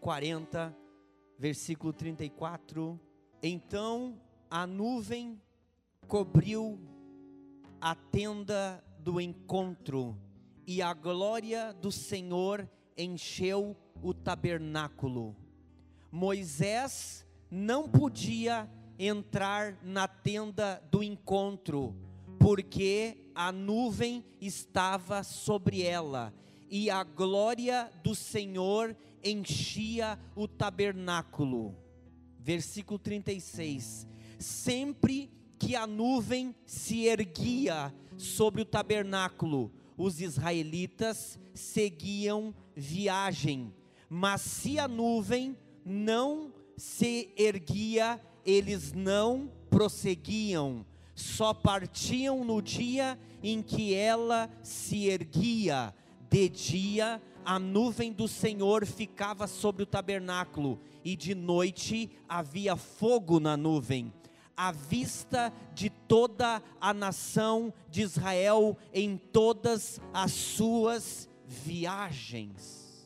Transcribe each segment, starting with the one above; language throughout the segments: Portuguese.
40, versículo 34. Então a nuvem cobriu a tenda do encontro, e a glória do Senhor encheu o tabernáculo. Moisés não podia entrar na tenda do encontro, porque a nuvem estava sobre ela, e a glória do Senhor enchia o tabernáculo. Versículo 36. Sempre que a nuvem se erguia sobre o tabernáculo, os israelitas seguiam viagem, mas se a nuvem não se erguia, eles não prosseguiam, só partiam no dia em que ela se erguia. De dia, a nuvem do Senhor ficava sobre o tabernáculo, e de noite havia fogo na nuvem, à vista de toda a nação de Israel em todas as suas viagens.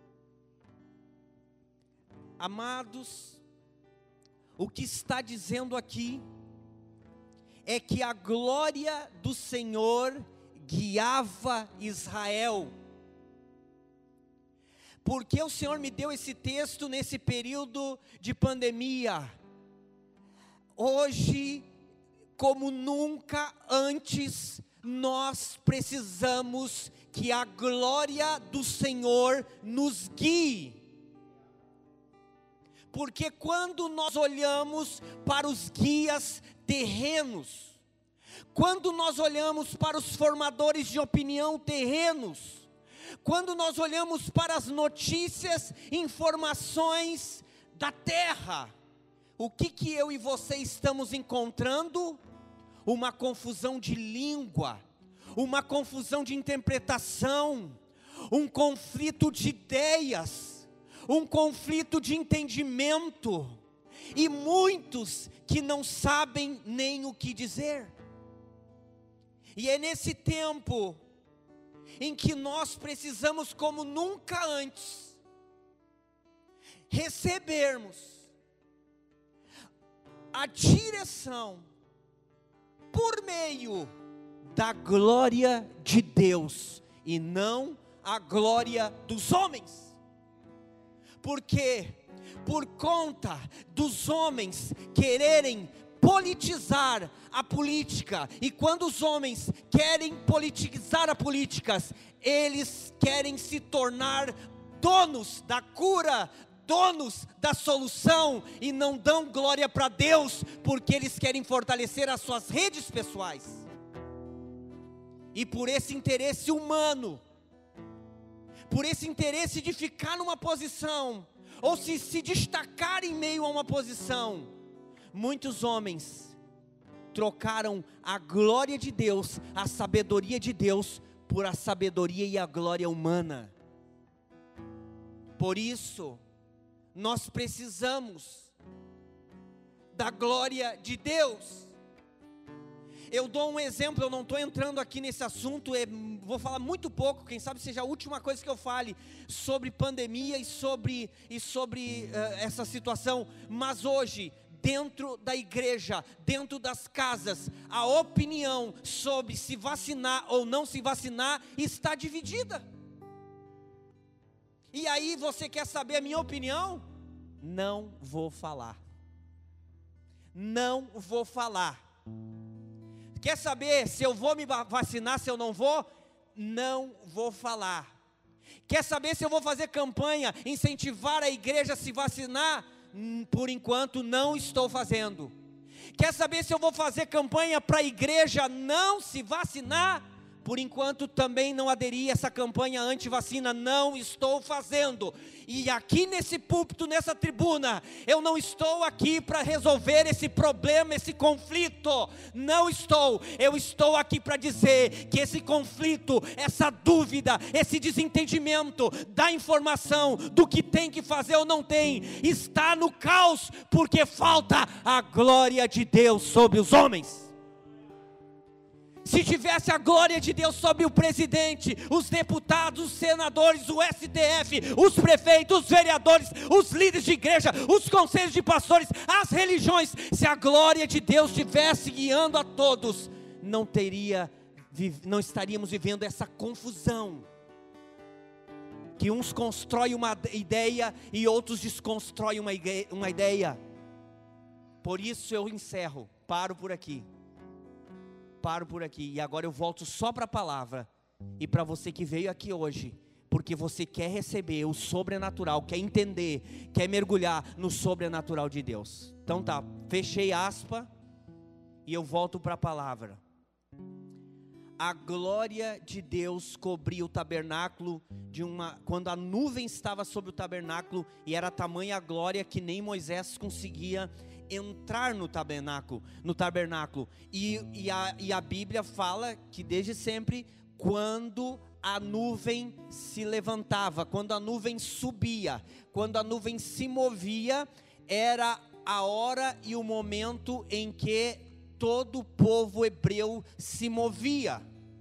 Amados, o que está dizendo aqui é que a glória do Senhor guiava Israel. Porque o Senhor me deu esse texto nesse período de pandemia. Hoje, como nunca antes, nós precisamos que a glória do Senhor nos guie. Porque quando nós olhamos para os guias terrenos, quando nós olhamos para os formadores de opinião terrenos, quando nós olhamos para as notícias, informações da terra, o que eu e você estamos encontrando? Uma confusão de língua, uma confusão de interpretação, um conflito de ideias, um conflito de entendimento, e muitos que não sabem nem o que dizer. E é nesse tempo em que nós precisamos, como nunca antes, recebermos a direção por meio da glória de Deus e não a glória dos homens. Porque por conta dos homens quererem politizar a política, e quando os homens querem politizar a política, eles querem se tornar donos da cura, donos da solução, e não dão glória para Deus, porque eles querem fortalecer as suas redes pessoais, e por esse interesse humano, por esse interesse de ficar numa posição, ou se destacar em meio a uma posição, muitos homens trocaram a glória de Deus, a sabedoria de Deus, por a sabedoria e a glória humana. Por isso, nós precisamos da glória de Deus. Eu dou um exemplo, eu não estou entrando aqui nesse assunto, vou falar muito pouco, quem sabe seja a última coisa que eu fale sobre pandemia e sobre essa situação, mas hoje, dentro da igreja, dentro das casas, a opinião sobre se vacinar ou não se vacinar está dividida. E aí você quer saber a minha opinião? Não vou falar. Não vou falar. Quer saber se eu vou me vacinar, se eu não vou? Não vou falar. Quer saber se eu vou fazer campanha, incentivar a igreja a se vacinar? Por enquanto não estou fazendo. Quer saber se eu vou fazer campanha para a igreja não se vacinar? Por enquanto também não aderi a essa campanha anti-vacina, não estou fazendo. E aqui nesse púlpito, nessa tribuna, eu não estou aqui para resolver esse problema, esse conflito. Não estou. Eu estou aqui para dizer que esse conflito, essa dúvida, esse desentendimento da informação, do que tem que fazer ou não tem, está no caos, porque falta a glória de Deus sobre os homens. Se tivesse a glória de Deus sobre o presidente, os deputados, os senadores, o STF, os prefeitos, os vereadores, os líderes de igreja, os conselhos de pastores, as religiões, se a glória de Deus estivesse guiando a todos, não estaríamos vivendo essa confusão, que uns constroem uma ideia e outros desconstroem uma ideia. Por isso eu encerro, paro por aqui, e agora eu volto só para a palavra, e para você que veio aqui hoje, porque você quer receber o sobrenatural, quer entender, quer mergulhar no sobrenatural de Deus. Então tá, fechei aspa, e eu volto para a palavra. A glória de Deus cobria o tabernáculo, quando a nuvem estava sobre o tabernáculo, e era tamanha a glória que nem Moisés conseguia entrar no tabernáculo, e a Bíblia fala que desde sempre, quando a nuvem se levantava, quando a nuvem subia, quando a nuvem se movia, era a hora e o momento em que todo o povo hebreu se movia.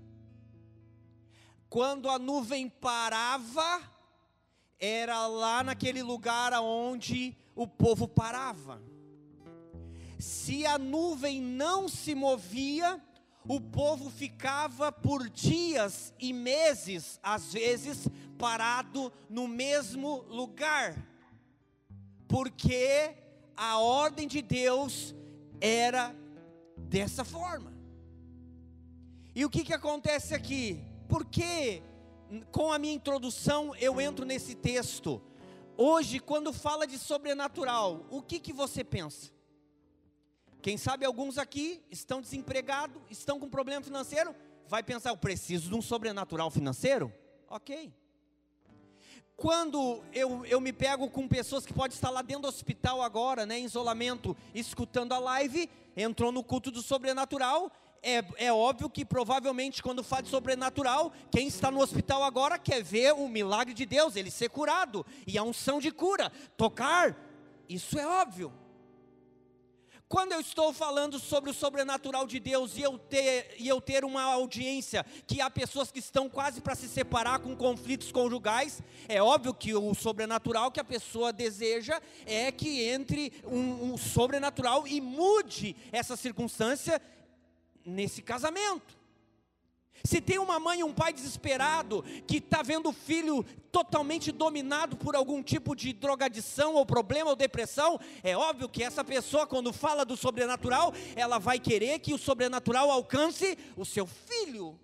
Quando a nuvem parava, era lá naquele lugar onde o povo parava. Se a nuvem não se movia, o povo ficava por dias e meses, às vezes, parado no mesmo lugar, porque a ordem de Deus era dessa forma. E o que acontece aqui? Porque com a minha introdução eu entro nesse texto. Hoje, quando fala de sobrenatural, o que você pensa? Quem sabe alguns aqui estão desempregados, estão com problema financeiro, vai pensar, eu preciso de um sobrenatural financeiro? Ok. Quando eu me pego com pessoas que podem estar lá dentro do hospital agora, em isolamento, escutando a live, entrou no culto do sobrenatural, é óbvio que provavelmente quando fala de sobrenatural, quem está no hospital agora quer ver o milagre de Deus, ele ser curado, e a unção de cura, tocar, isso é óbvio. Quando eu estou falando sobre o sobrenatural de Deus, e eu ter uma audiência, que há pessoas que estão quase para se separar com conflitos conjugais, é óbvio que o sobrenatural que a pessoa deseja, é que entre um sobrenatural e mude essa circunstância nesse casamento. Se tem uma mãe e um pai desesperado, que está vendo o filho totalmente dominado por algum tipo de drogadição, ou problema, ou depressão, é óbvio que essa pessoa, quando fala do sobrenatural, ela vai querer que o sobrenatural alcance o seu filho.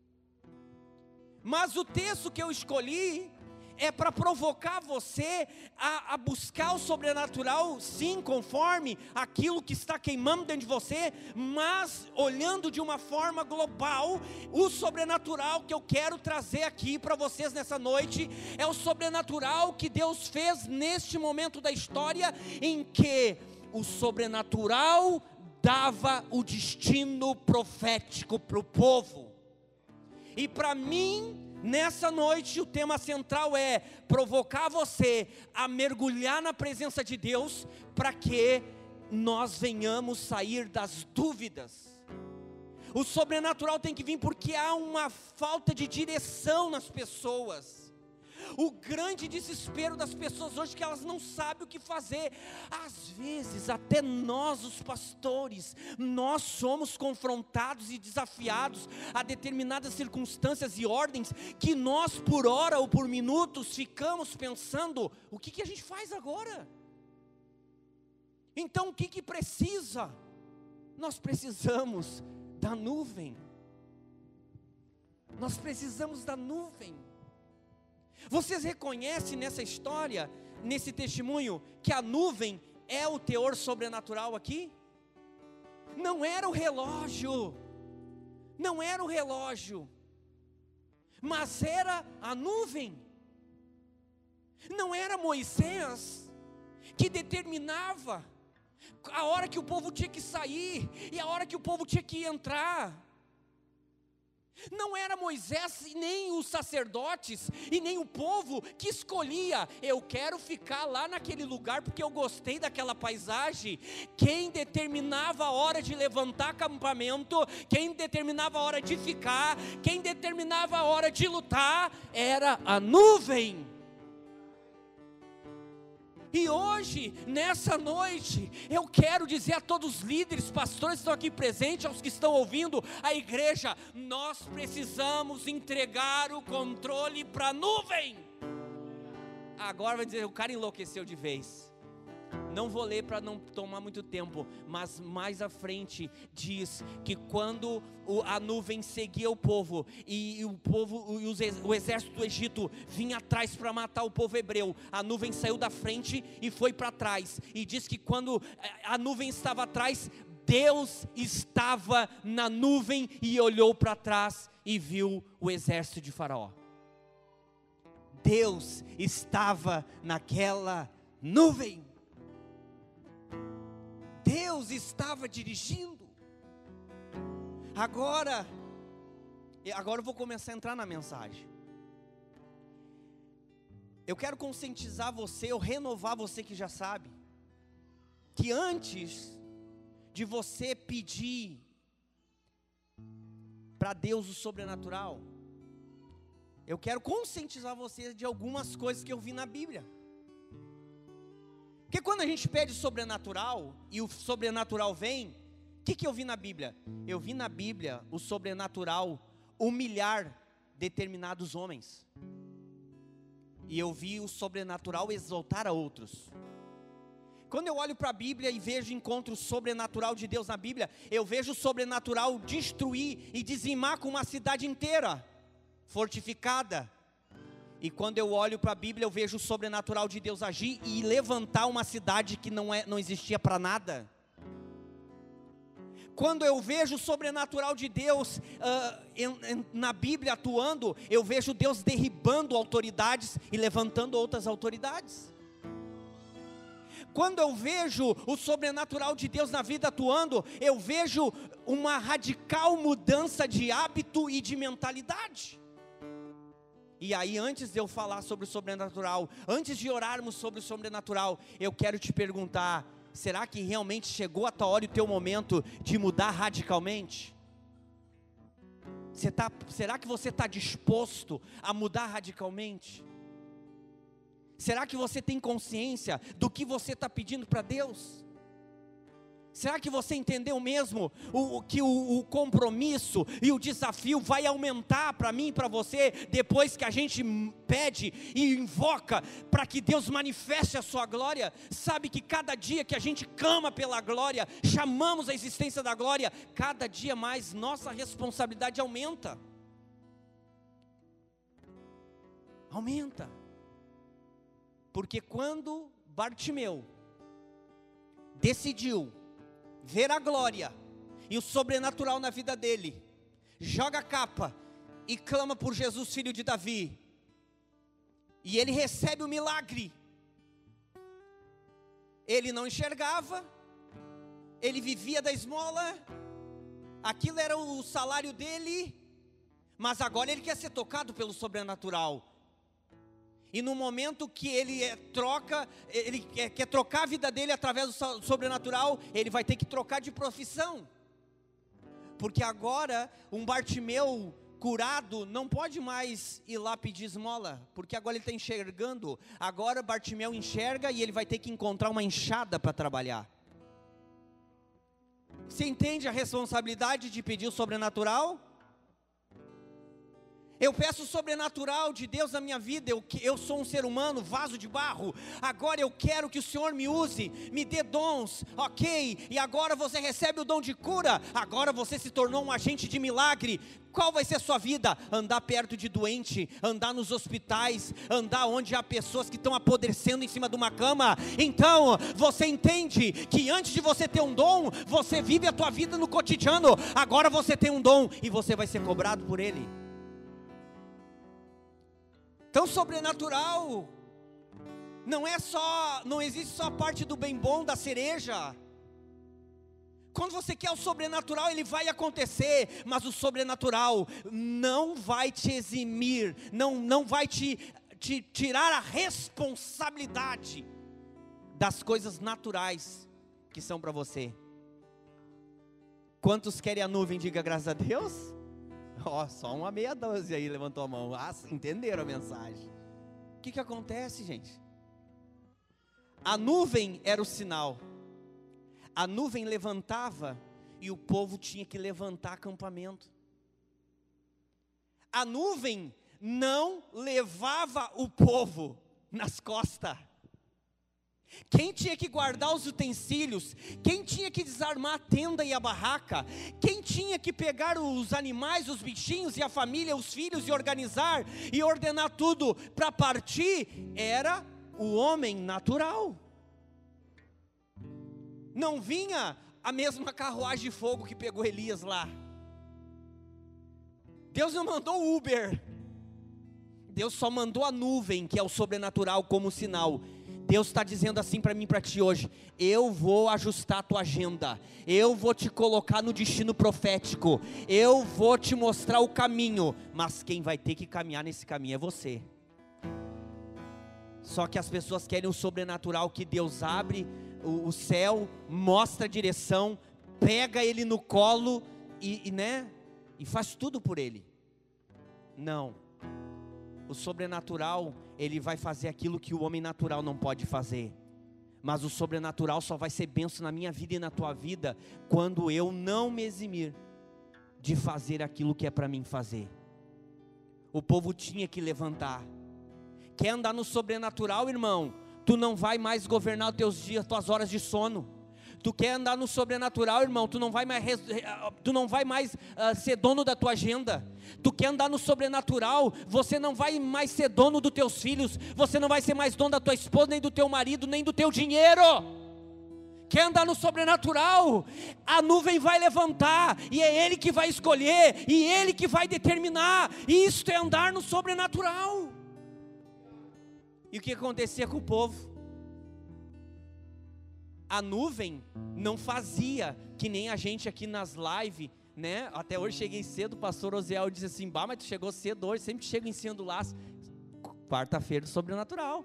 Mas o texto que eu escolhi é para provocar você a buscar o sobrenatural, sim, conforme aquilo que está queimando dentro de você, mas olhando de uma forma global. O sobrenatural que eu quero trazer aqui para vocês nessa noite, é o sobrenatural que Deus fez neste momento da história, em que o sobrenatural dava o destino profético para o povo. E para mim, nessa noite, o tema central é provocar você a mergulhar na presença de Deus, para que nós venhamos sair das dúvidas. O sobrenatural tem que vir porque há uma falta de direção nas pessoas. O grande desespero das pessoas hoje é que elas não sabem o que fazer. Às vezes até nós, os pastores, nós somos confrontados e desafiados a determinadas circunstâncias e ordens, que nós por hora ou por minutos ficamos pensando, o que a gente faz agora? Então o que precisa? Nós precisamos da nuvem. Nós precisamos da nuvem. Vocês reconhecem nessa história, nesse testemunho, que a nuvem é o teor sobrenatural aqui? Não era o relógio, mas era a nuvem. Não era Moisés que determinava a hora que o povo tinha que sair e a hora que o povo tinha que entrar. Não era Moisés e nem os sacerdotes e nem o povo que escolhia, eu quero ficar lá naquele lugar porque eu gostei daquela paisagem. Quem determinava a hora de levantar acampamento, quem determinava a hora de ficar, quem determinava a hora de lutar, era a nuvem. E hoje, nessa noite, eu quero dizer a todos os líderes, pastores que estão aqui presentes, aos que estão ouvindo a igreja, nós precisamos entregar o controle para a nuvem. Agora vai dizer, o cara enlouqueceu de vez. Não vou ler para não tomar muito tempo, mas mais à frente diz que quando a nuvem seguia o povo e o exército do Egito vinha atrás para matar o povo hebreu, a nuvem saiu da frente e foi para trás. E diz que quando a nuvem estava atrás, Deus estava na nuvem e olhou para trás e viu o exército de Faraó. Deus estava naquela nuvem. Deus estava dirigindo. Agora eu vou começar a entrar na mensagem. Eu quero conscientizar você, ou renovar você que já sabe, que antes de você pedir para Deus o sobrenatural, eu quero conscientizar você de algumas coisas que eu vi na Bíblia. Porque quando a gente pede sobrenatural, e o sobrenatural vem, o que eu vi na Bíblia? Eu vi na Bíblia o sobrenatural humilhar determinados homens. E eu vi o sobrenatural exaltar a outros. Quando eu olho para a Bíblia e vejo encontro sobrenatural de Deus na Bíblia, eu vejo o sobrenatural destruir e dizimar com uma cidade inteira, fortificada. E quando eu olho para a Bíblia, eu vejo o sobrenatural de Deus agir e levantar uma cidade que não existia para nada. Quando eu vejo o sobrenatural de Deus na Bíblia atuando, eu vejo Deus derribando autoridades e levantando outras autoridades. Quando eu vejo o sobrenatural de Deus na vida atuando, eu vejo uma radical mudança de hábito e de mentalidade. E aí, antes de eu falar sobre o sobrenatural, antes de orarmos sobre o sobrenatural, eu quero te perguntar: será que realmente chegou a tua hora e o teu momento de mudar radicalmente? Será que você está disposto a mudar radicalmente? Será que você tem consciência do que você está pedindo para Deus? Será que você entendeu mesmo que o compromisso e o desafio vai aumentar para mim e para você, depois que a gente pede e invoca para que Deus manifeste a sua glória? Sabe que cada dia que a gente clama pela glória, chamamos a existência da glória, cada dia mais nossa responsabilidade aumenta. Aumenta. Porque quando Bartimeu decidiu ver a glória e o sobrenatural na vida dele, joga a capa e clama por Jesus, filho de Davi, e ele recebe o milagre. Ele não enxergava, ele vivia da esmola, aquilo era o salário dele, mas agora ele quer ser tocado pelo sobrenatural. E no momento que ele quer trocar a vida dele através do sobrenatural, ele vai ter que trocar de profissão. Porque agora um Bartimeu curado não pode mais ir lá pedir esmola, porque agora ele está enxergando. Agora Bartimeu enxerga e ele vai ter que encontrar uma enxada para trabalhar. Você entende a responsabilidade de pedir o sobrenatural? Eu peço o sobrenatural de Deus na minha vida. Eu sou um ser humano, vaso de barro. Agora eu quero que o Senhor me use, me dê dons, ok? E agora você recebe o dom de cura. Agora você se tornou um agente de milagre. Qual vai ser a sua vida? Andar perto de doente, andar nos hospitais, andar onde há pessoas que estão apodrecendo em cima de uma cama. Então, você entende que antes de você ter um dom, você vive a tua vida no cotidiano. Agora você tem um dom e você vai ser cobrado por ele. Então, sobrenatural não existe só a parte do bem bom, da cereja. Quando você quer o sobrenatural, ele vai acontecer, mas o sobrenatural não vai te eximir, não vai te tirar a responsabilidade das coisas naturais que são para você. Quantos querem a nuvem? Diga graças a Deus. Só uma meia dúzia aí levantou a mão. Entenderam a mensagem? O que acontece, gente? A nuvem era o sinal. A nuvem levantava e o povo tinha que levantar acampamento. A nuvem não levava o povo nas costas. Quem tinha que guardar os utensílios, quem tinha que desarmar a tenda e a barraca, quem tinha que pegar os animais, os bichinhos e a família, os filhos e organizar e ordenar tudo para partir, era o homem natural. Não vinha a mesma carruagem de fogo que pegou Elias lá. Deus não mandou o Uber. Deus só mandou a nuvem, que é o sobrenatural, como sinal. Deus está dizendo assim para mim e para ti hoje: eu vou ajustar a tua agenda, eu vou te colocar no destino profético, eu vou te mostrar o caminho, mas quem vai ter que caminhar nesse caminho é você. Só que as pessoas querem o sobrenatural, que Deus abre o céu, mostra a direção, pega ele no colo e faz tudo por ele. Não. O sobrenatural, ele vai fazer aquilo que o homem natural não pode fazer. Mas o sobrenatural só vai ser bênção na minha vida e na tua vida quando eu não me eximir de fazer aquilo que é para mim fazer. O povo tinha que levantar. Quer andar no sobrenatural, irmão? Tu não vai mais governar os teus dias, tuas horas de sono. Tu quer andar no sobrenatural, irmão? Tu não vai mais ser dono da tua agenda. Tu quer andar no sobrenatural? Você não vai mais ser dono dos teus filhos. Você não vai ser mais dono da tua esposa, nem do teu marido, nem do teu dinheiro. Quer andar no sobrenatural? A nuvem vai levantar, e é Ele que vai escolher, e Ele que vai determinar. Isto é andar no sobrenatural. E o que acontecia com o povo? A nuvem não fazia que nem a gente aqui nas lives, né? Até hoje cheguei cedo, o pastor Osiel disse assim: bah, mas tu chegou cedo hoje, sempre chega em cima do laço. Quarta-feira do sobrenatural.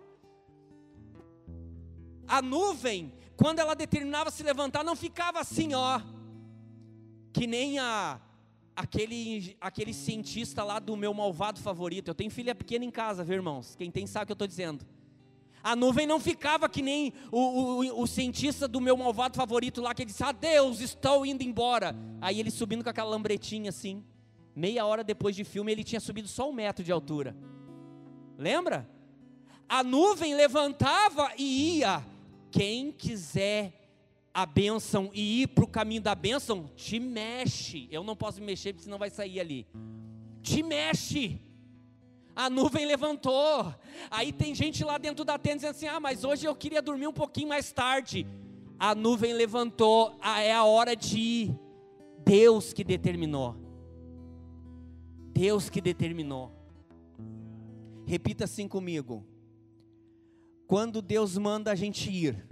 A nuvem, quando ela determinava se levantar, não ficava assim, ó, que nem aquele cientista lá do meu malvado favorito. Eu tenho filha pequena em casa, viu, irmãos? Quem tem sabe o que eu estou dizendo. A nuvem não ficava que nem o cientista do meu malvado favorito lá, que ele disse: adeus, estou indo embora. Aí ele subindo com aquela lambretinha assim, meia hora depois de filme ele tinha subido só 1 metro de altura. Lembra? A nuvem levantava e ia. Quem quiser a bênção e ir para o caminho da bênção, te mexe. Eu não posso me mexer porque senão vai sair ali. Te mexe. A nuvem levantou. Aí tem gente lá dentro da tenda dizendo assim: ah, mas hoje eu queria dormir um pouquinho mais tarde. A nuvem levantou, é a hora de ir. Deus que determinou. Deus que determinou. Repita assim comigo: quando Deus manda a gente ir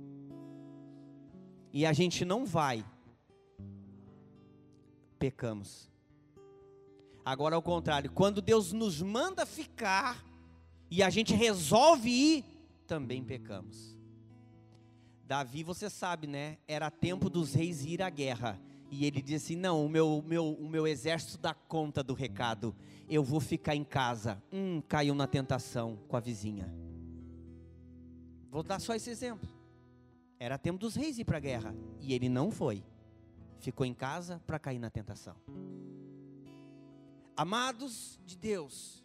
e a gente não vai, pecamos. Agora ao contrário, quando Deus nos manda ficar e a gente resolve ir, também pecamos. Davi, você sabe, né? Era tempo dos reis ir à guerra. E ele disse assim: não, o meu exército dá conta do recado. Eu vou ficar em casa. Caiu na tentação com a vizinha. Vou dar só esse exemplo. Era tempo dos reis ir para a guerra. E ele não foi. Ficou em casa para cair na tentação. Amados de Deus,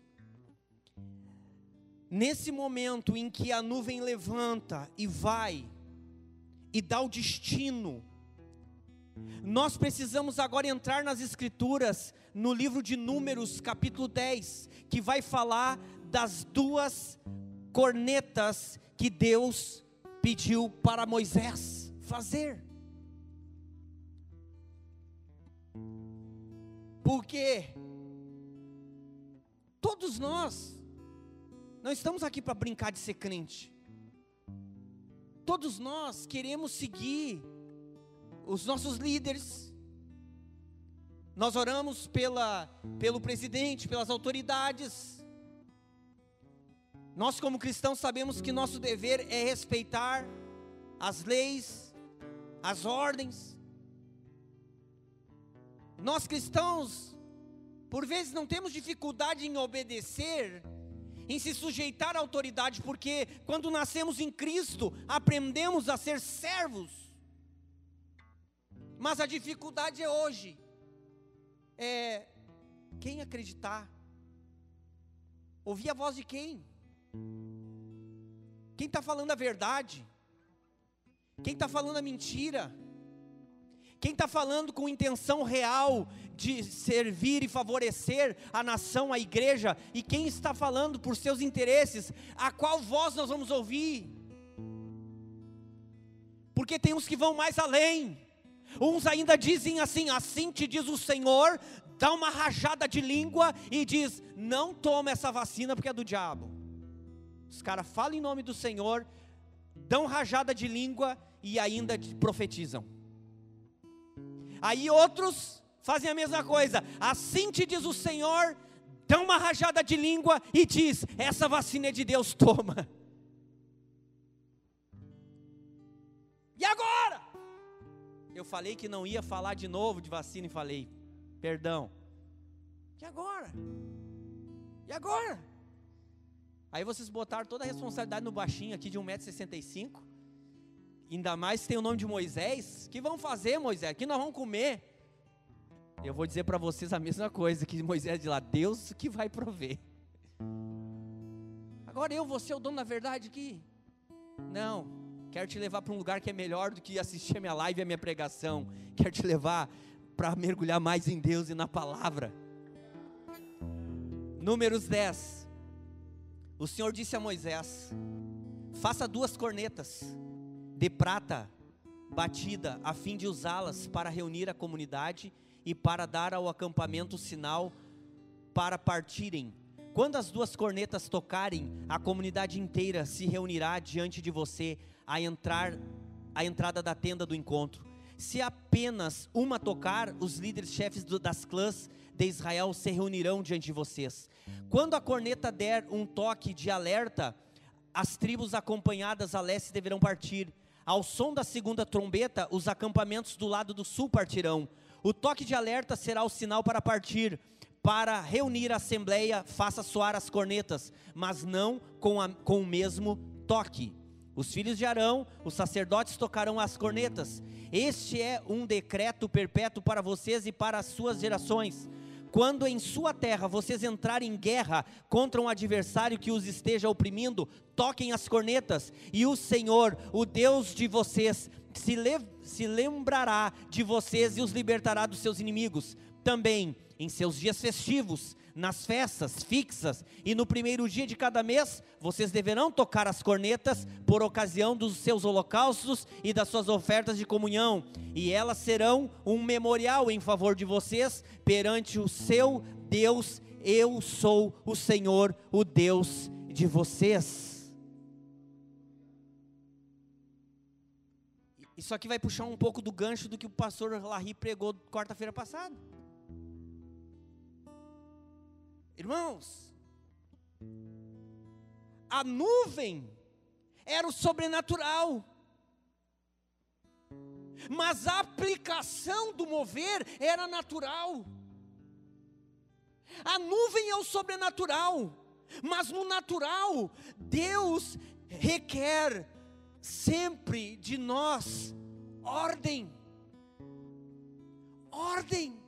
nesse momento em que a nuvem levanta e vai, e dá o destino, nós precisamos agora entrar nas escrituras, no livro de Números, capítulo 10, que vai falar das 2 cornetas que Deus pediu para Moisés fazer. Porque todos nós não estamos aqui para brincar de ser crente. Todos nós queremos seguir os nossos líderes, nós oramos pelo presidente, pelas autoridades. Nós como cristãos sabemos que nosso dever é respeitar as leis, as ordens. Nós cristãos, por vezes não temos dificuldade em obedecer, em se sujeitar à autoridade, porque quando nascemos em Cristo, aprendemos a ser servos. Mas a dificuldade é hoje, quem acreditar? Ouvir a voz de quem? Quem está falando a verdade? Quem está falando a mentira? Quem está falando com intenção real de servir e favorecer a nação, a igreja? E quem está falando por seus interesses? A qual voz nós vamos ouvir? Porque tem uns que vão mais além. Uns ainda dizem assim: assim te diz o Senhor, dá uma rajada de língua e diz: não toma essa vacina porque é do diabo. Os caras falam em nome do Senhor, dão rajada de língua e ainda profetizam. Aí outros fazem a mesma coisa: assim te diz o Senhor, dão uma rajada de língua e diz: essa vacina é de Deus, toma. E agora? Eu falei que não ia falar de novo de vacina e falei, perdão. E agora? E agora? Aí vocês botaram toda a responsabilidade no baixinho aqui de 1,65 m. Ainda mais tem o nome de Moisés. O que vão fazer, Moisés? O que nós vamos comer? Eu vou dizer para vocês a mesma coisa que Moisés de lá: Deus que vai prover. Agora eu vou ser o dono da verdade aqui? Não, quero te levar para um lugar que é melhor do que assistir a minha live e a minha pregação. Quero te levar para mergulhar mais em Deus e na palavra. Números 10. O Senhor disse a Moisés: faça 2 cornetas de prata batida, a fim de usá-las para reunir a comunidade e para dar ao acampamento sinal para partirem. Quando as 2 cornetas tocarem, a comunidade inteira se reunirá diante de você à entrada da tenda do encontro. Se apenas uma tocar, os líderes chefes das clãs de Israel se reunirão diante de vocês. Quando a corneta der um toque de alerta, as tribos acompanhadas a leste deverão partir. Ao som da 2ª trombeta, os acampamentos do lado do sul partirão. O toque de alerta será o sinal para partir. Para reunir a assembleia, faça soar as cornetas, mas não com o mesmo toque. Os filhos de Arão, os sacerdotes, tocarão as cornetas. Este é um decreto perpétuo para vocês e para as suas gerações. Quando em sua terra vocês entrarem em guerra contra um adversário que os esteja oprimindo, toquem as cornetas, e o Senhor, o Deus de vocês, se lembrará de vocês e os libertará dos seus inimigos. Também em seus dias festivos, nas festas fixas e no primeiro dia de cada mês, vocês deverão tocar as cornetas por ocasião dos seus holocaustos e das suas ofertas de comunhão, e elas serão um memorial em favor de vocês perante o seu Deus. Eu sou o Senhor, o Deus de vocês. Isso aqui vai puxar um pouco do gancho do que o pastor Larry pregou quarta-feira passada. Irmãos, a nuvem era o sobrenatural, mas a aplicação do mover era natural. A nuvem é o sobrenatural, mas no natural, Deus requer sempre de nós ordem. Ordem.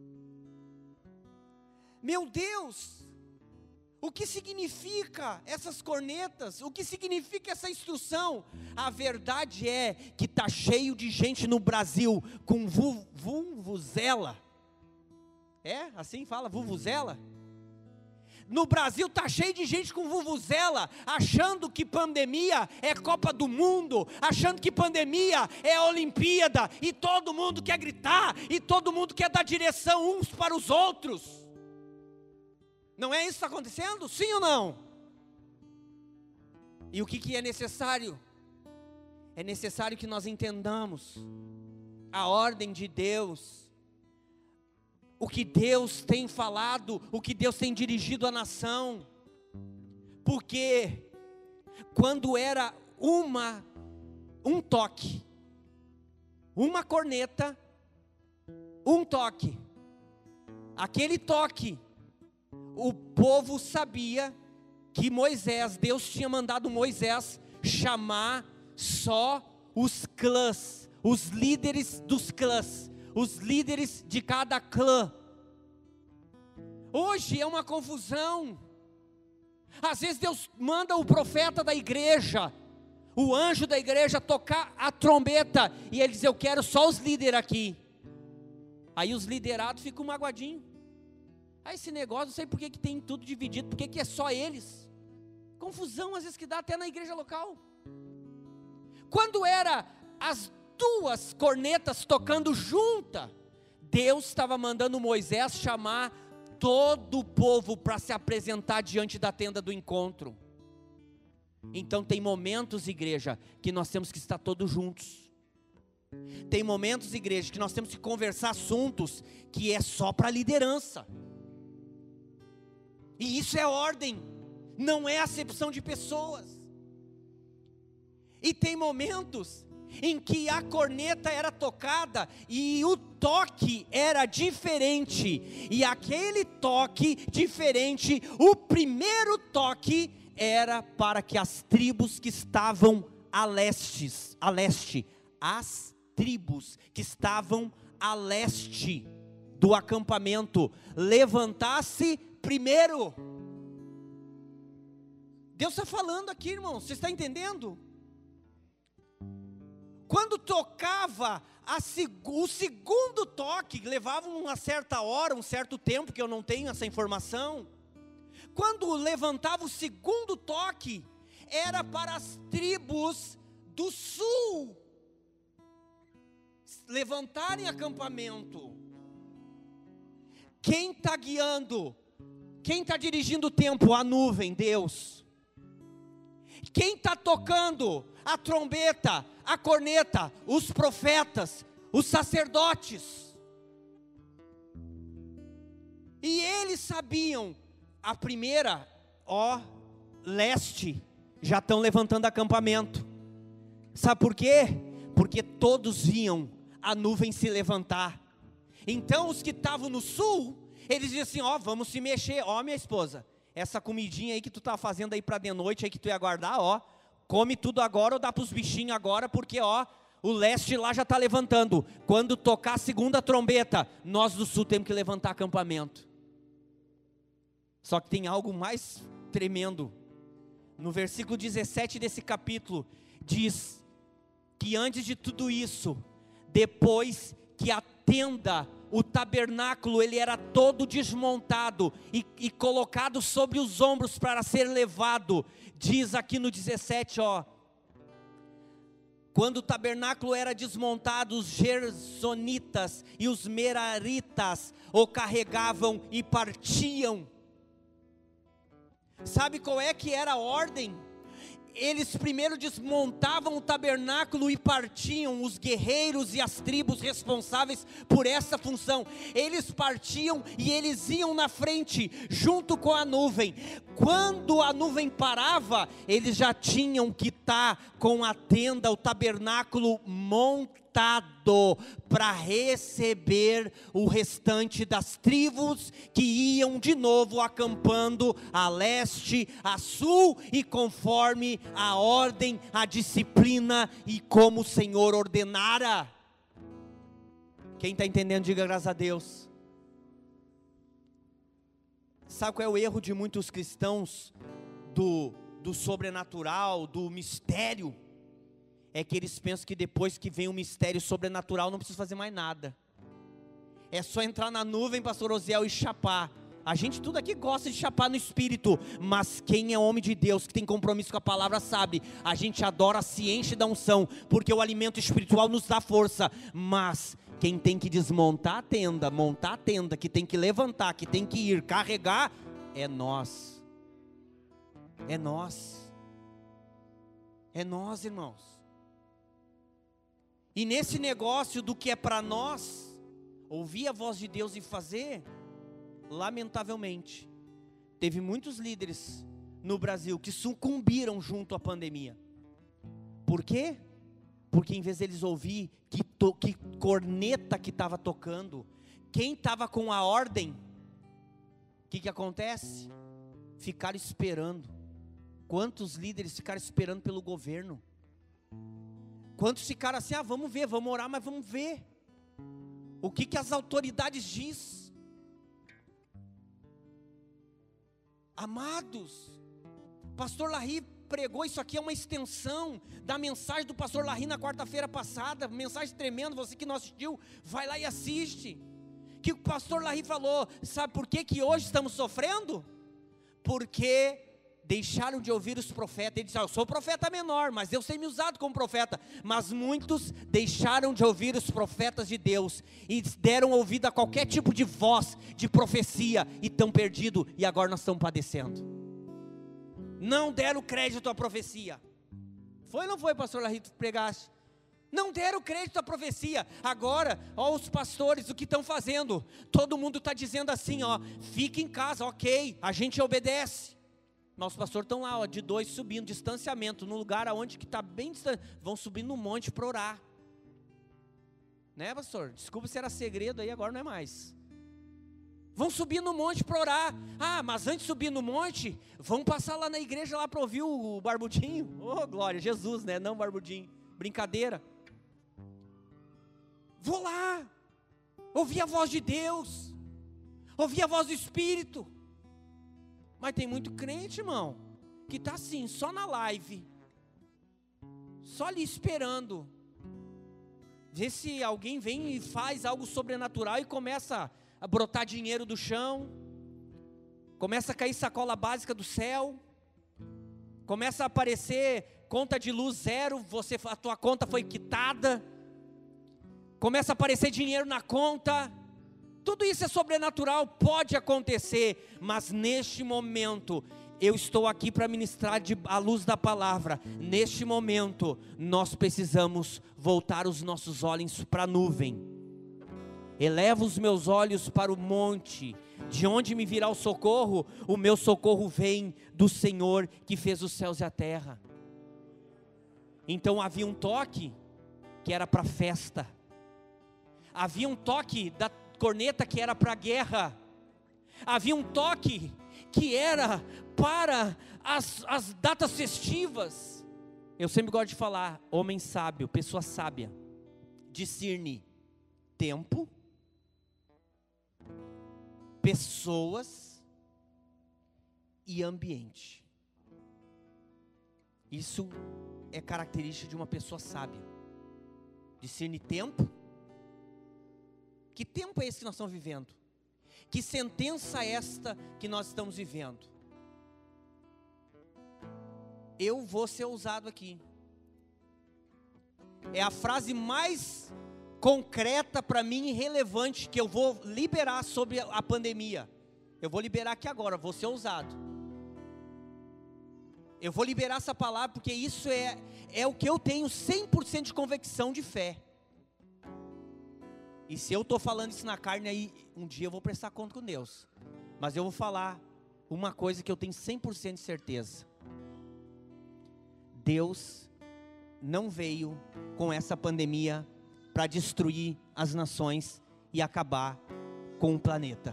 Meu Deus, o que significa essas cornetas? O que significa essa instrução? A verdade é que está cheio de gente no Brasil com vuvuzela. É? Assim fala, vuvuzela? No Brasil está cheio de gente com vuvuzela, achando que pandemia é Copa do Mundo, achando que pandemia é Olimpíada, e todo mundo quer gritar, e todo mundo quer dar direção uns para os outros. Não é isso que está acontecendo? Sim ou não? E o que é necessário? É necessário que nós entendamos a ordem de Deus, o que Deus tem falado, o que Deus tem dirigido a nação. Porque quando era um toque, uma corneta, um toque, aquele toque, o povo sabia que Deus tinha mandado Moisés chamar só os clãs, os líderes dos clãs, os líderes de cada clã. Hoje é uma confusão. Às vezes Deus manda o profeta da igreja, o anjo da igreja tocar a trombeta, e ele diz: eu quero só os líderes aqui. Aí os liderados ficam magoadinhos. Aí esse negócio, não sei por que tem tudo dividido, por que é só eles? Confusão às vezes que dá até na igreja local. Quando era as duas cornetas tocando junta, Deus estava mandando Moisés chamar todo o povo para se apresentar diante da tenda do encontro. Então tem momentos, igreja, que nós temos que estar todos juntos. Tem momentos, igreja, que nós temos que conversar assuntos que é só para a liderança. E isso é ordem, não é acepção de pessoas. E tem momentos em que a corneta era tocada e o toque era diferente. E aquele toque diferente, o primeiro toque era para que as tribos que estavam a leste, as tribos que estavam a leste do acampamento levantasse primeiro. Deus está falando aqui, irmão, você está entendendo? Quando tocava o segundo toque, levava uma certa hora, um certo tempo, que eu não tenho essa informação. Quando levantava o segundo toque, era para as tribos do sul levantarem acampamento. Quem está guiando? Quem está dirigindo o tempo? A nuvem, Deus. Quem está tocando a trombeta, a corneta? Os profetas, os sacerdotes. E eles sabiam, a primeira, leste, já estão levantando acampamento. Sabe por quê? Porque todos viam a nuvem se levantar. Então os que estavam no sul, eles diziam assim: vamos se mexer, minha esposa, essa comidinha aí que tu tá fazendo aí para de noite, aí que tu ia guardar, come tudo agora ou dá para os bichinhos agora, porque o leste lá já está levantando. Quando tocar a segunda trombeta, nós do sul temos que levantar acampamento. Só que tem algo mais tremendo. No versículo 17 desse capítulo, diz que antes de tudo isso, depois que a tenda, o tabernáculo, ele era todo desmontado e colocado sobre os ombros para ser levado, diz aqui no 17, quando o tabernáculo era desmontado, os gersonitas e os meraritas o carregavam e partiam. Sabe qual é que era a ordem? Eles primeiro desmontavam o tabernáculo e partiam, os guerreiros e as tribos responsáveis por essa função. Eles partiam e eles iam na frente, junto com a nuvem. Quando a nuvem parava, eles já tinham que estar com a tenda, o tabernáculo montado, para receber o restante das tribos que iam de novo acampando a leste, a sul, e conforme a ordem, a disciplina e como o Senhor ordenara. Quem está entendendo, diga graças a Deus. Sabe qual é o erro de muitos cristãos do sobrenatural, do mistério? É que eles pensam que depois que vem o mistério sobrenatural não precisa fazer mais nada. É só entrar na nuvem, pastor Osiel, e chapar. A gente tudo aqui gosta de chapar no espírito, mas quem é homem de Deus, que tem compromisso com a palavra, sabe, a gente adora, se enche da unção, porque o alimento espiritual nos dá força. Mas quem tem que desmontar a tenda, montar a tenda, que tem que levantar, que tem que ir carregar, é nós. É nós. É nós, irmãos. E nesse negócio do que é para nós, ouvir a voz de Deus e fazer, lamentavelmente, teve muitos líderes no Brasil que sucumbiram junto à pandemia. Por quê? Porque em vez deles ouvir que corneta que estava tocando, quem estava com a ordem, o que acontece? Ficaram esperando. Quantos líderes ficaram esperando pelo governo? Quantos ficaram assim, vamos ver, vamos orar, mas vamos ver o que as autoridades diz. Amados, pastor Larry pregou, isso aqui é uma extensão da mensagem do pastor Larry na quarta-feira passada, mensagem tremenda, você que não assistiu, vai lá e assiste. Que o pastor Larry falou, sabe por que hoje estamos sofrendo? Porque deixaram de ouvir os profetas. Ele disse, eu sou profeta menor, mas Deus tem me usado como profeta. Mas muitos deixaram de ouvir os profetas de Deus, e deram ouvido a qualquer tipo de voz, de profecia, e estão perdidos, e agora nós estamos padecendo. Não deram crédito à profecia. Foi ou não foi, pastor Larry, que pregaste? Não deram crédito à profecia. Agora, os pastores, o que estão fazendo? Todo mundo está dizendo assim, fica em casa, ok, a gente obedece. Mas os pastores estão lá, de 2 subindo, distanciamento, no lugar onde que está bem distante, vão subir no monte para orar. Né, pastor? Desculpa se era segredo aí, agora não é mais. Vão subir no monte para orar. Mas antes de subir no monte, vão passar lá na igreja lá para ouvir o barbudinho. Glória, Jesus, né? Não barbudinho, brincadeira. Vou lá, ouvir a voz de Deus, ouvir a voz do Espírito. Mas tem muito crente, irmão, que está assim, só na live, só ali esperando, ver se alguém vem e faz algo sobrenatural e começa a brotar dinheiro do chão, começa a cair sacola básica do céu, começa a aparecer conta de luz zero, a tua conta foi quitada, começa a aparecer dinheiro na conta. Tudo isso é sobrenatural, pode acontecer, mas neste momento, eu estou aqui para ministrar à luz da palavra. Neste momento, nós precisamos voltar os nossos olhos para a nuvem. Eleva os meus olhos para o monte, de onde me virá o socorro? O meu socorro vem do Senhor que fez os céus e a terra. Então havia um toque que era para festa, havia um toque da corneta que era para a guerra, havia um toque que era para as datas festivas. Eu sempre gosto de falar, homem sábio, pessoa sábia, discerne tempo, pessoas e ambiente. Isso é característica de uma pessoa sábia. Discerne tempo. Que tempo é esse que nós estamos vivendo? Que sentença é esta que nós estamos vivendo? Eu vou ser ousado aqui. É a frase mais concreta para mim e relevante que eu vou liberar sobre a pandemia. Eu vou liberar aqui agora, vou ser ousado. Eu vou liberar essa palavra porque isso é o que eu tenho 100% de convicção de fé. E se eu estou falando isso na carne, aí um dia eu vou prestar conta com Deus. Mas eu vou falar uma coisa que eu tenho 100% de certeza. Deus não veio com essa pandemia para destruir as nações e acabar com o planeta.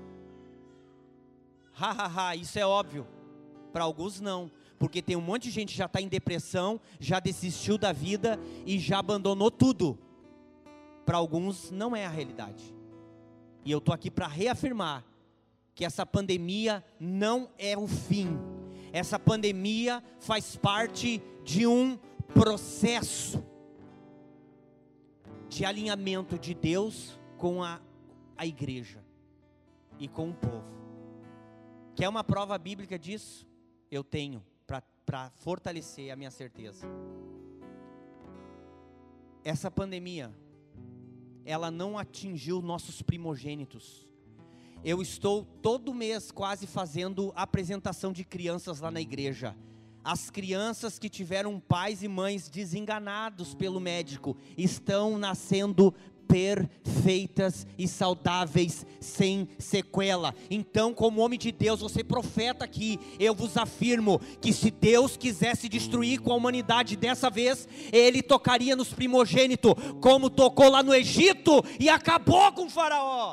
Isso é óbvio. Para alguns não. Porque tem um monte de gente que já está em depressão, já desistiu da vida e já abandonou tudo. Para alguns não é a realidade. E eu estou aqui para reafirmar que essa pandemia não é o fim. Essa pandemia faz parte de um processo de alinhamento de Deus com a igreja e com o povo. Quer uma prova bíblica disso? Eu tenho, para fortalecer a minha certeza. Essa pandemia, ela não atingiu nossos primogênitos. Eu estou todo mês quase fazendo apresentação de crianças lá na igreja. As crianças que tiveram pais e mães desenganados pelo médico estão nascendo perfeitas e saudáveis, sem sequela. Então, como homem de Deus, você profeta aqui, eu vos afirmo que se Deus quisesse destruir com a humanidade dessa vez, Ele tocaria nos primogênitos, como tocou lá no Egito e acabou com o faraó.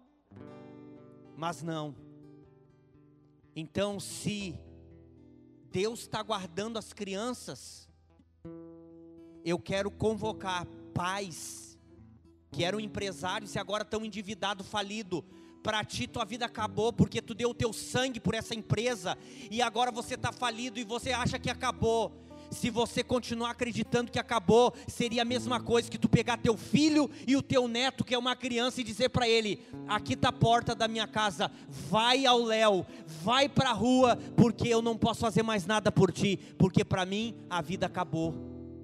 Mas não. Então, se Deus está guardando as crianças, eu quero convocar pais que eram empresários e agora estão endividados, falidos. Para ti tua vida acabou porque tu deu o teu sangue por essa empresa e agora você está falido e você acha que acabou. Se você continuar acreditando que acabou, seria a mesma coisa que tu pegar teu filho e o teu neto, que é uma criança, e dizer para ele: aqui está a porta da minha casa, vai ao léu, vai para a rua, porque eu não posso fazer mais nada por ti, porque para mim a vida acabou.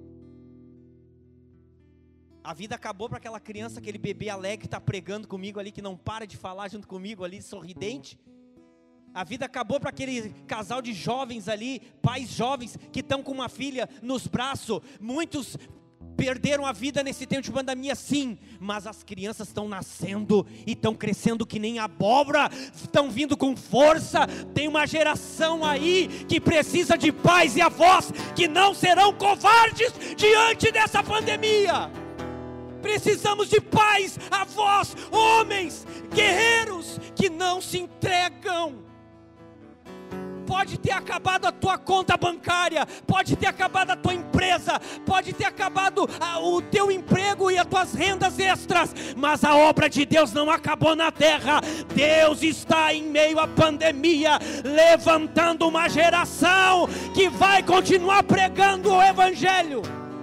A vida acabou para aquela criança, aquele bebê alegre que está pregando comigo ali, que não para de falar junto comigo ali, sorridente. A vida acabou para aquele casal de jovens ali, pais jovens, que estão com uma filha nos braços. Muitos perderam a vida nesse tempo de pandemia, sim, mas as crianças estão nascendo e estão crescendo que nem abóbora, estão vindo com força. Tem uma geração aí que precisa de pais e avós que não serão covardes diante dessa pandemia. Precisamos de pais, avós, homens, guerreiros que não se entregam. Pode ter acabado a tua conta bancária, pode ter acabado a tua empresa, pode ter acabado o teu emprego e as tuas rendas extras, mas a obra de Deus não acabou na terra. Deus está em meio à pandemia, levantando uma geração que vai continuar pregando o Evangelho.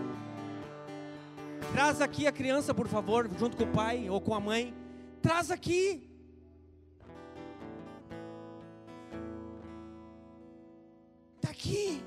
Traz aqui a criança, por favor, junto com o pai ou com a mãe. Traz aqui. Está aqui.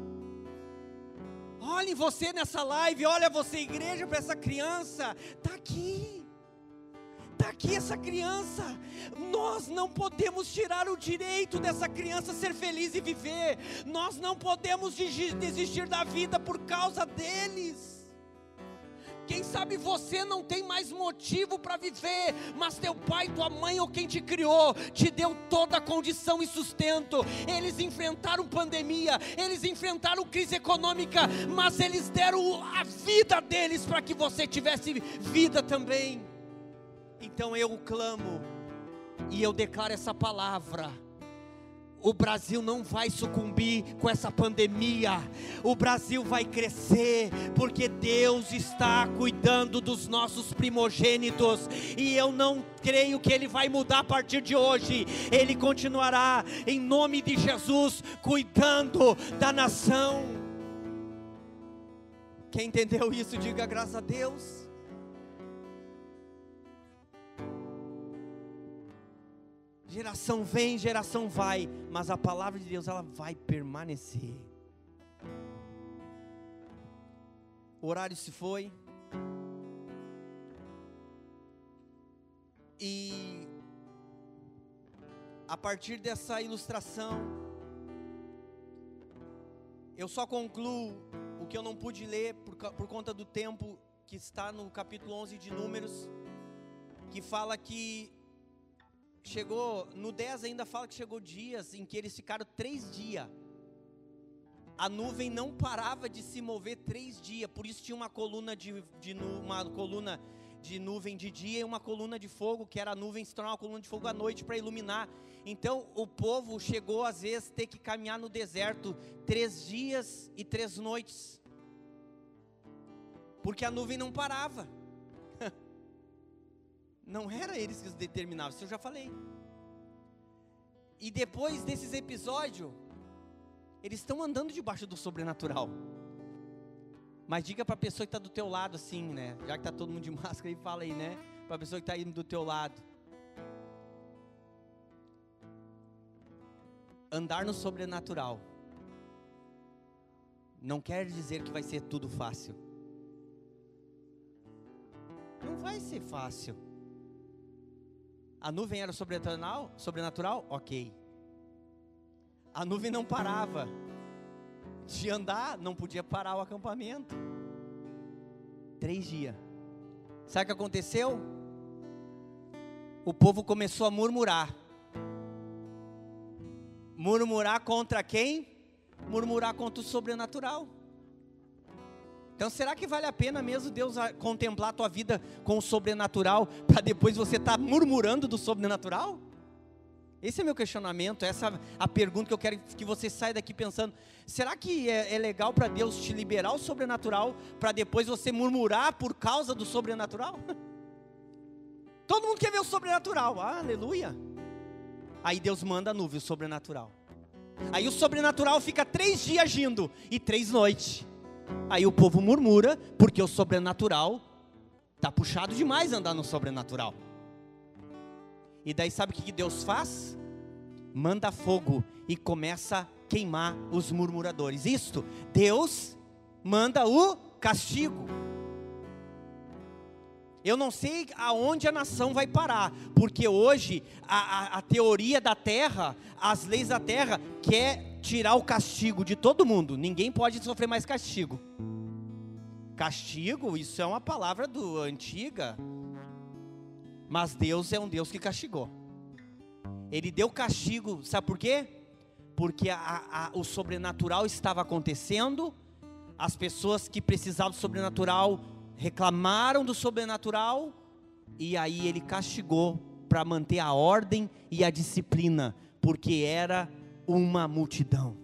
Olhem você nessa live, olha você igreja para essa criança. Está aqui. Está aqui essa criança. Nós não podemos tirar o direito dessa criança ser feliz e viver. Nós não podemos desistir da vida por causa deles. Quem sabe você não tem mais motivo para viver, mas teu pai, tua mãe ou quem te criou, te deu toda a condição e sustento. Eles enfrentaram pandemia, eles enfrentaram crise econômica, mas eles deram a vida deles para que você tivesse vida também. Então eu clamo e eu declaro essa palavra: o Brasil não vai sucumbir com essa pandemia. O Brasil vai crescer, porque Deus está cuidando dos nossos primogênitos. E eu não creio que Ele vai mudar a partir de hoje. Ele continuará, em nome de Jesus, cuidando da nação. Quem entendeu isso, diga graças a Deus. Geração vem, geração vai, mas a palavra de Deus, ela vai permanecer. O horário se foi. E a partir dessa ilustração, eu só concluo o que eu não pude ler por conta do tempo, que está no capítulo 11 de Números, que fala que chegou, no 10 ainda fala que chegou dias em que eles ficaram 3 dias. A nuvem não parava de se mover 3 dias, por isso tinha uma coluna de nuvem de dia e uma coluna de fogo, que era a nuvem se tornar uma coluna de fogo à noite para iluminar. Então o povo chegou às vezes ter que caminhar no deserto 3 dias e 3 noites, porque a nuvem não parava. Não era eles que os determinavam, isso eu já falei. E depois desses episódios, eles estão andando debaixo do sobrenatural. Mas diga para a pessoa que está do teu lado assim, né? Já que está todo mundo de máscara aí, fala aí, né? Para a pessoa que está aí do teu lado. Andar no sobrenatural não quer dizer que vai ser tudo fácil. Não vai ser fácil. A nuvem era sobrenatural? Ok. A nuvem não parava. de andar, não podia parar o acampamento. 3 dias. Sabe o que aconteceu? O povo começou a murmurar. Murmurar contra quem? Murmurar contra o sobrenatural. Então será que vale a pena mesmo Deus contemplar a tua vida com o sobrenatural, para depois você estar murmurando do sobrenatural? Esse é meu questionamento, essa é a pergunta que eu quero que você saia daqui pensando. Será que é legal para Deus te liberar o sobrenatural, para depois você murmurar por causa do sobrenatural? Todo mundo quer ver o sobrenatural, aleluia. Aí Deus manda a nuvem, o sobrenatural. Aí o sobrenatural fica 3 dias agindo e 3 noites. Aí o povo murmura, porque o sobrenatural está puxado demais andar no sobrenatural. E daí sabe o que Deus faz? Manda fogo e começa a queimar os murmuradores. Isto, Deus manda o castigo. Eu não sei aonde a nação vai parar, porque hoje a teoria da terra, as leis da terra, quer tirar o castigo de todo mundo. Ninguém pode sofrer mais castigo. Castigo, isso é uma palavra antiga. Mas Deus é um Deus que castigou. Ele deu castigo, sabe por quê? Porque o sobrenatural estava acontecendo. As pessoas que precisavam do sobrenatural reclamaram do sobrenatural. E aí ele castigou para manter a ordem e a disciplina, porque era uma multidão.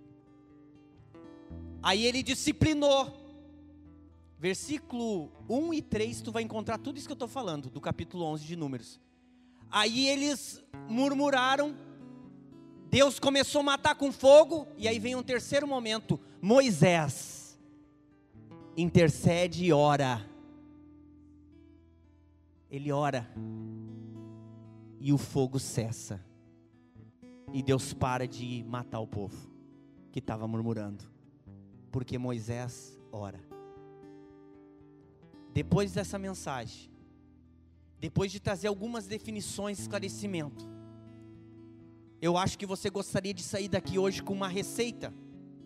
Aí ele disciplinou. Versículo 1 e 3, tu vai encontrar tudo isso que eu estou falando, do capítulo 11 de Números. Aí eles murmuraram, Deus começou a matar com fogo, e aí vem um terceiro momento, Moisés intercede e ora. Ele ora, e o fogo cessa, e Deus para de matar o povo, que estava murmurando, porque Moisés ora. Depois dessa mensagem, depois de trazer algumas definições, esclarecimento, eu acho que você gostaria de sair daqui hoje com uma receita.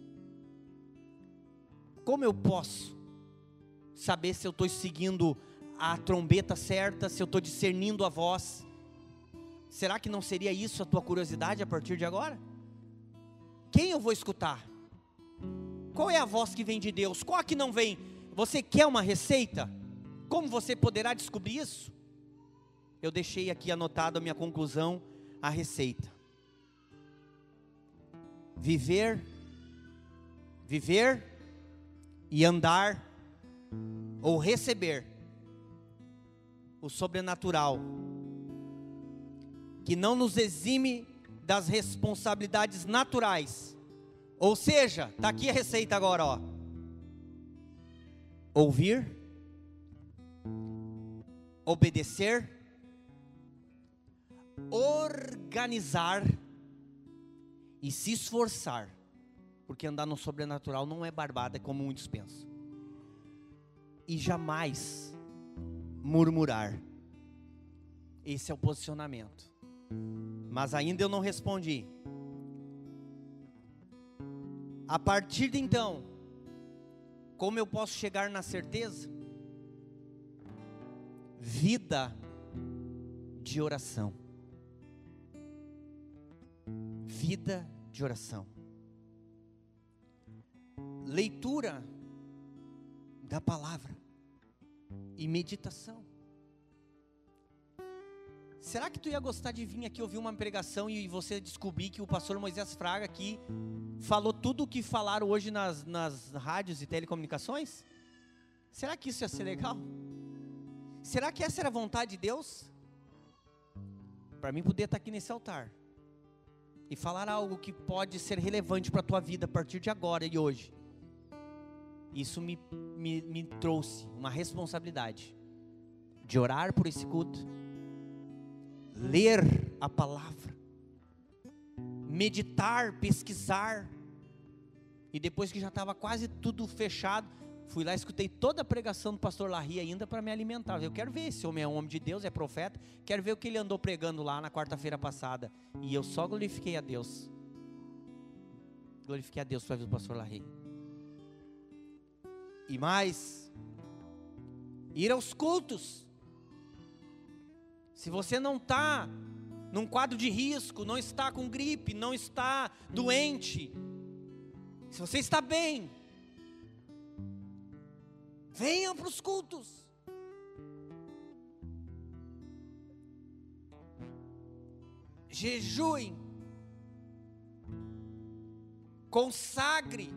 Como eu posso saber se eu estou seguindo a trombeta certa, se eu estou discernindo a voz? Será que não seria isso a tua curiosidade a partir de agora? Quem eu vou escutar? Qual é a voz que vem de Deus? Qual a que não vem? Você quer uma receita? Como você poderá descobrir isso? Eu deixei aqui anotado a minha conclusão, a receita. Viver e andar ou receber o sobrenatural, que não nos exime das responsabilidades naturais. Ou seja, está aqui a receita agora, ó. Ouvir, obedecer, organizar e se esforçar, porque andar no sobrenatural não é barbada como muitos pensam, e jamais murmurar. Esse é o posicionamento. Mas ainda eu não respondi. A partir de então, como eu posso chegar na certeza? Vida de oração. Vida de oração. Leitura da palavra e meditação. Será que tu ia gostar de vir aqui ouvir uma pregação e você descobrir que o pastor Moisés Fraga aqui falou tudo o que falaram hoje nas rádios e telecomunicações? Será que isso ia ser legal? Será que essa era a vontade de Deus? Para mim poder estar aqui nesse altar e falar algo que pode ser relevante para a tua vida a partir de agora e hoje. Isso me trouxe uma responsabilidade de orar por esse culto, ler a palavra, meditar, pesquisar, e depois que já estava quase tudo fechado, fui lá e escutei toda a pregação do pastor Larry ainda para me alimentar. Eu quero ver, esse homem é um homem de Deus, é profeta, quero ver o que ele andou pregando lá na quarta-feira passada, e eu só glorifiquei a Deus. Glorifique a Deus pela vida do pastor Larry. E mais, ir aos cultos. Se você não está num quadro de risco, não está com gripe, não está doente, se você está bem, venha para os cultos. Jejuem, consagre,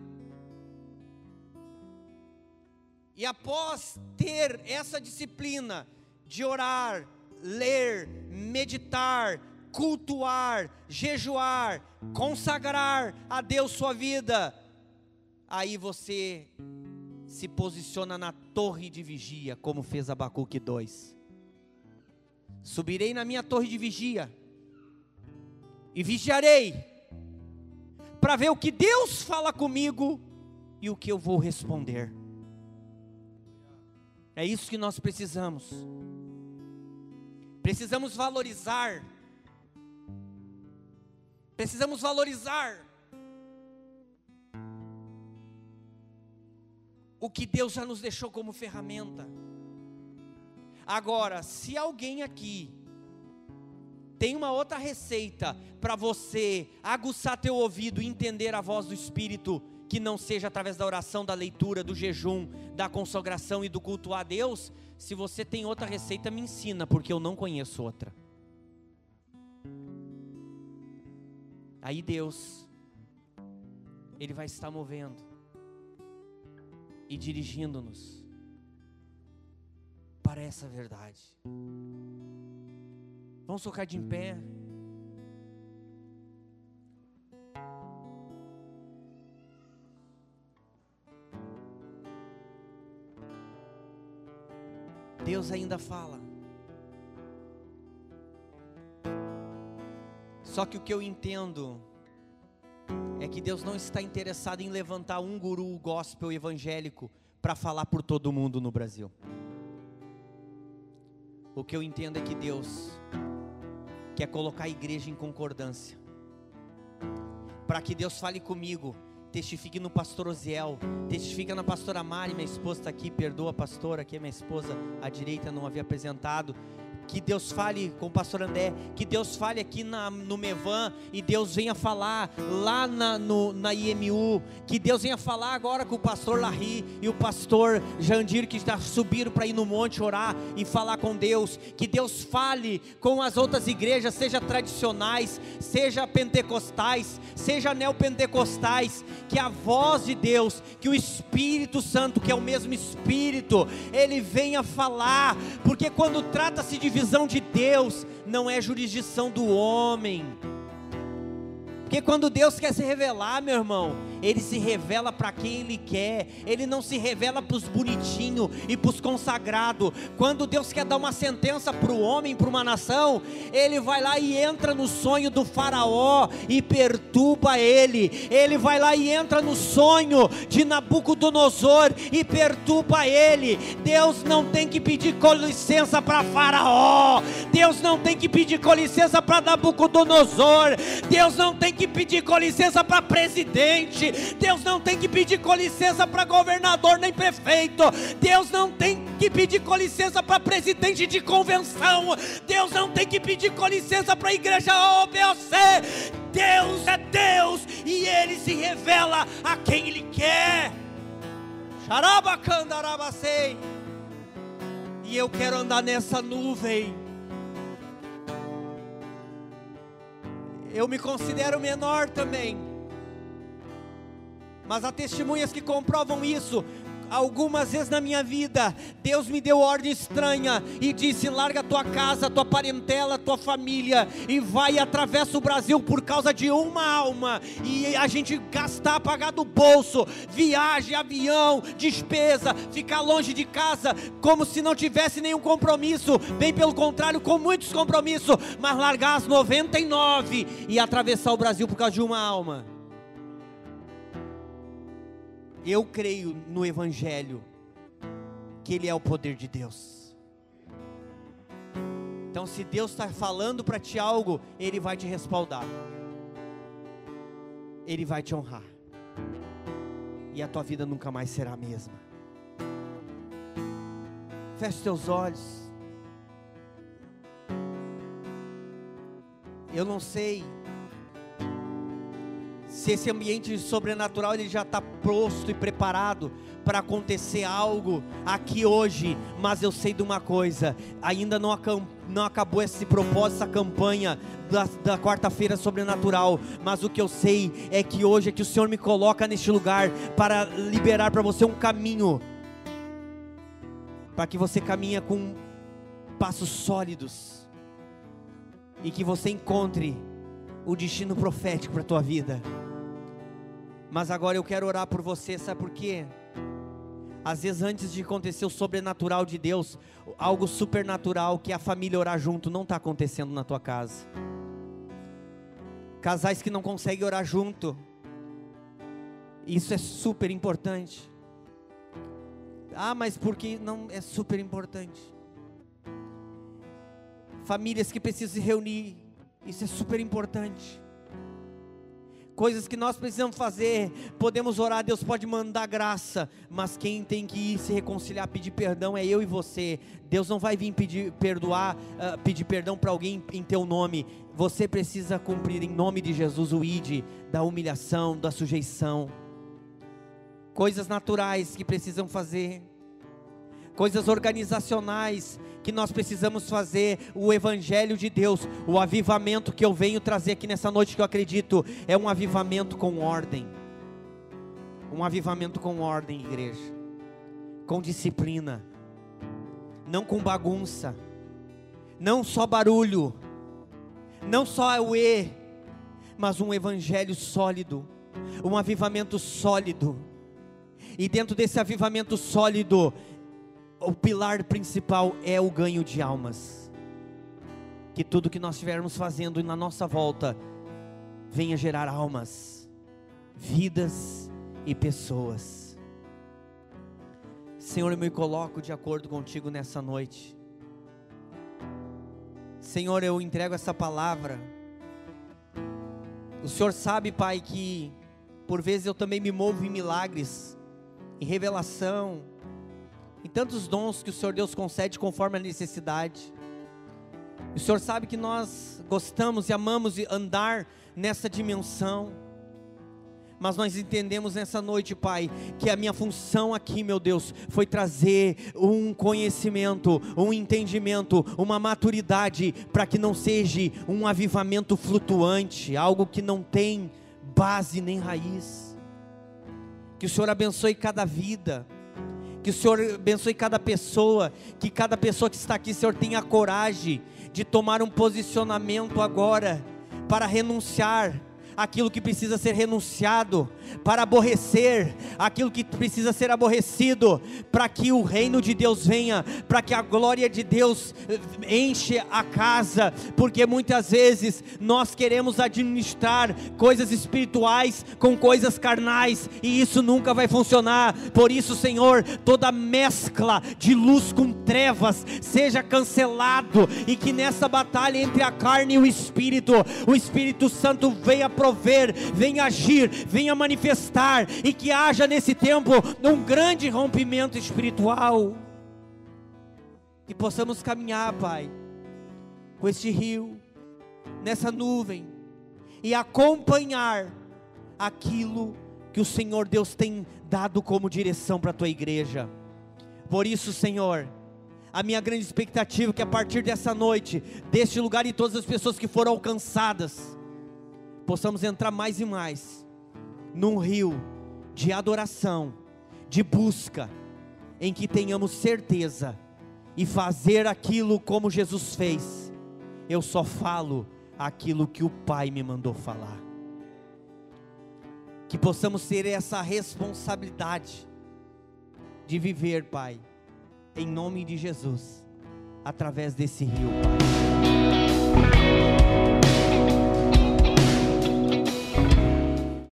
e após ter essa disciplina de orar, ler, meditar, cultuar, jejuar, consagrar a Deus sua vida, aí você se posiciona na torre de vigia, como fez Abacuque 2. Subirei na minha torre de vigia e vigiarei, para ver o que Deus fala comigo e o que eu vou responder. É isso que nós precisamos. Precisamos valorizar. Precisamos valorizar o que Deus já nos deixou como ferramenta. Agora, se alguém aqui tem uma outra receita para você aguçar teu ouvido e entender a voz do Espírito, que não seja através da oração, da leitura, do jejum, da consagração e do culto a Deus, se você tem outra receita, me ensina, porque eu não conheço outra. Aí Deus, Ele vai estar movendo e dirigindo-nos para essa verdade. Vamos tocar de em pé. Deus ainda fala. Só que o que eu entendo é que Deus não está interessado em levantar um guru gospel evangélico para falar por todo mundo no Brasil. O que eu entendo é que Deus quer colocar a igreja em concordância, para que Deus fale comigo. Testifique no pastor Oziel, testifica na pastora Mari, minha esposa está aqui, perdoa a pastora, que é minha esposa à direita, não havia apresentado. Que Deus fale com o pastor André, que Deus fale aqui no Mevan, e Deus venha falar lá na IMU, que Deus venha falar agora com o pastor Larry e o pastor Jandir, que está subindo para ir no monte orar e falar com Deus. Que Deus fale com as outras igrejas, seja tradicionais, seja pentecostais, seja neopentecostais, que a voz de Deus, que o Espírito Santo, que é o mesmo Espírito, Ele venha falar, porque quando trata-se de visão de Deus, não é jurisdição do homem. Porque quando Deus quer se revelar, meu irmão, Ele se revela para quem Ele quer. Ele não se revela para os bonitinhos e para os consagrados. Quando Deus quer dar uma sentença para o homem, para uma nação, Ele vai lá e entra no sonho do faraó e perturba ele. Ele vai lá e entra no sonho de Nabucodonosor e perturba ele. Deus não tem que pedir licença para faraó. Deus não tem que pedir licença para Nabucodonosor. Deus não tem que pedir licença para presidente. Deus não tem que pedir licença para governador nem prefeito. Deus não tem que pedir licença para presidente de convenção. Deus não tem que pedir licença para a igreja OBOC. Deus é Deus e Ele se revela a quem Ele quer. Xarabacandarabacei. E eu quero andar nessa nuvem. Eu me considero menor também, mas há testemunhas que comprovam isso. Algumas vezes na minha vida, Deus me deu ordem estranha e disse: larga a tua casa, a tua parentela, a tua família e vai e atravessa o Brasil por causa de uma alma. E a gente gastar, pagar do bolso, viagem, avião, despesa, ficar longe de casa, como se não tivesse nenhum compromisso. Bem pelo contrário, com muitos compromissos, mas largar as 99 e atravessar o Brasil por causa de uma alma. Eu creio no Evangelho, que Ele é o poder de Deus. Então, se Deus está falando para ti algo, Ele vai te respaldar, Ele vai te honrar. e a tua vida nunca mais será a mesma. Feche teus olhos. Eu não sei se esse ambiente sobrenatural ele já está posto e preparado para acontecer algo aqui hoje, mas eu sei de uma coisa: ainda não acabou esse propósito, essa campanha da quarta-feira sobrenatural, mas o que eu sei é que hoje é que o Senhor me coloca neste lugar para liberar para você um caminho, para que você caminhe com passos sólidos e que você encontre o destino profético para a tua vida. Mas agora eu quero orar por você, sabe por quê? Às vezes antes de acontecer o sobrenatural de Deus, algo supernatural, que é a família orar junto, não está acontecendo na tua casa. Casais que não conseguem orar junto, isso é super importante. Ah, mas por que não é super importante? Famílias que precisam se reunir, isso é super importante. Coisas que nós precisamos fazer, podemos orar, Deus pode mandar graça, mas quem tem que ir se reconciliar, pedir perdão é eu e você. Deus não vai vir pedir perdão para alguém em teu nome. Você precisa cumprir em nome de Jesus o ID da humilhação, da sujeição. Coisas naturais que precisam fazer, coisas organizacionais que nós precisamos fazer. O evangelho de Deus, o avivamento que eu venho trazer aqui nessa noite, que eu acredito, é um avivamento com ordem. Um avivamento com ordem, igreja, com disciplina, não com bagunça, não só barulho, não só o mas um evangelho sólido, um avivamento sólido. E dentro desse avivamento sólido, o pilar principal é o ganho de almas. Que tudo que nós estivermos fazendo na nossa volta venha gerar almas, vidas e pessoas. Senhor, eu me coloco de acordo contigo nessa noite. Senhor, eu entrego essa palavra. O Senhor sabe, Pai, que por vezes eu também me movo em milagres, em revelação, em tantos dons que o Senhor Deus concede conforme a necessidade. O Senhor sabe que nós gostamos e amamos andar nessa dimensão, mas nós entendemos nessa noite, Pai, que a minha função aqui, meu Deus, foi trazer um conhecimento, um entendimento, uma maturidade, para que não seja um avivamento flutuante, algo que não tem base nem raiz. Que o Senhor abençoe cada vida, que o Senhor abençoe cada pessoa, que cada pessoa que está aqui, Senhor, tenha coragem de tomar um posicionamento agora, para renunciar aquilo que precisa ser renunciado, para aborrecer aquilo que precisa ser aborrecido, para que o reino de Deus venha, para que a glória de Deus enche a casa, porque muitas vezes nós queremos administrar coisas espirituais com coisas carnais, e isso nunca vai funcionar. Por isso, Senhor, toda mescla de luz com trevas seja cancelado, e que nessa batalha entre a carne e o Espírito Santo venha prover, venha agir, venha manifestar, e que haja nesse tempo um grande rompimento espiritual, que possamos caminhar, Pai, com este rio, nessa nuvem, e acompanhar aquilo que o Senhor Deus tem dado como direção para a tua igreja. Por isso, Senhor, a minha grande expectativa é que a partir dessa noite, deste lugar, e todas as pessoas que foram alcançadas, possamos entrar mais e mais num rio de adoração, de busca, em que tenhamos certeza e fazer aquilo como Jesus fez. Eu só falo aquilo que o Pai me mandou falar. Que possamos ter essa responsabilidade de viver, Pai, em nome de Jesus, através desse rio, Pai.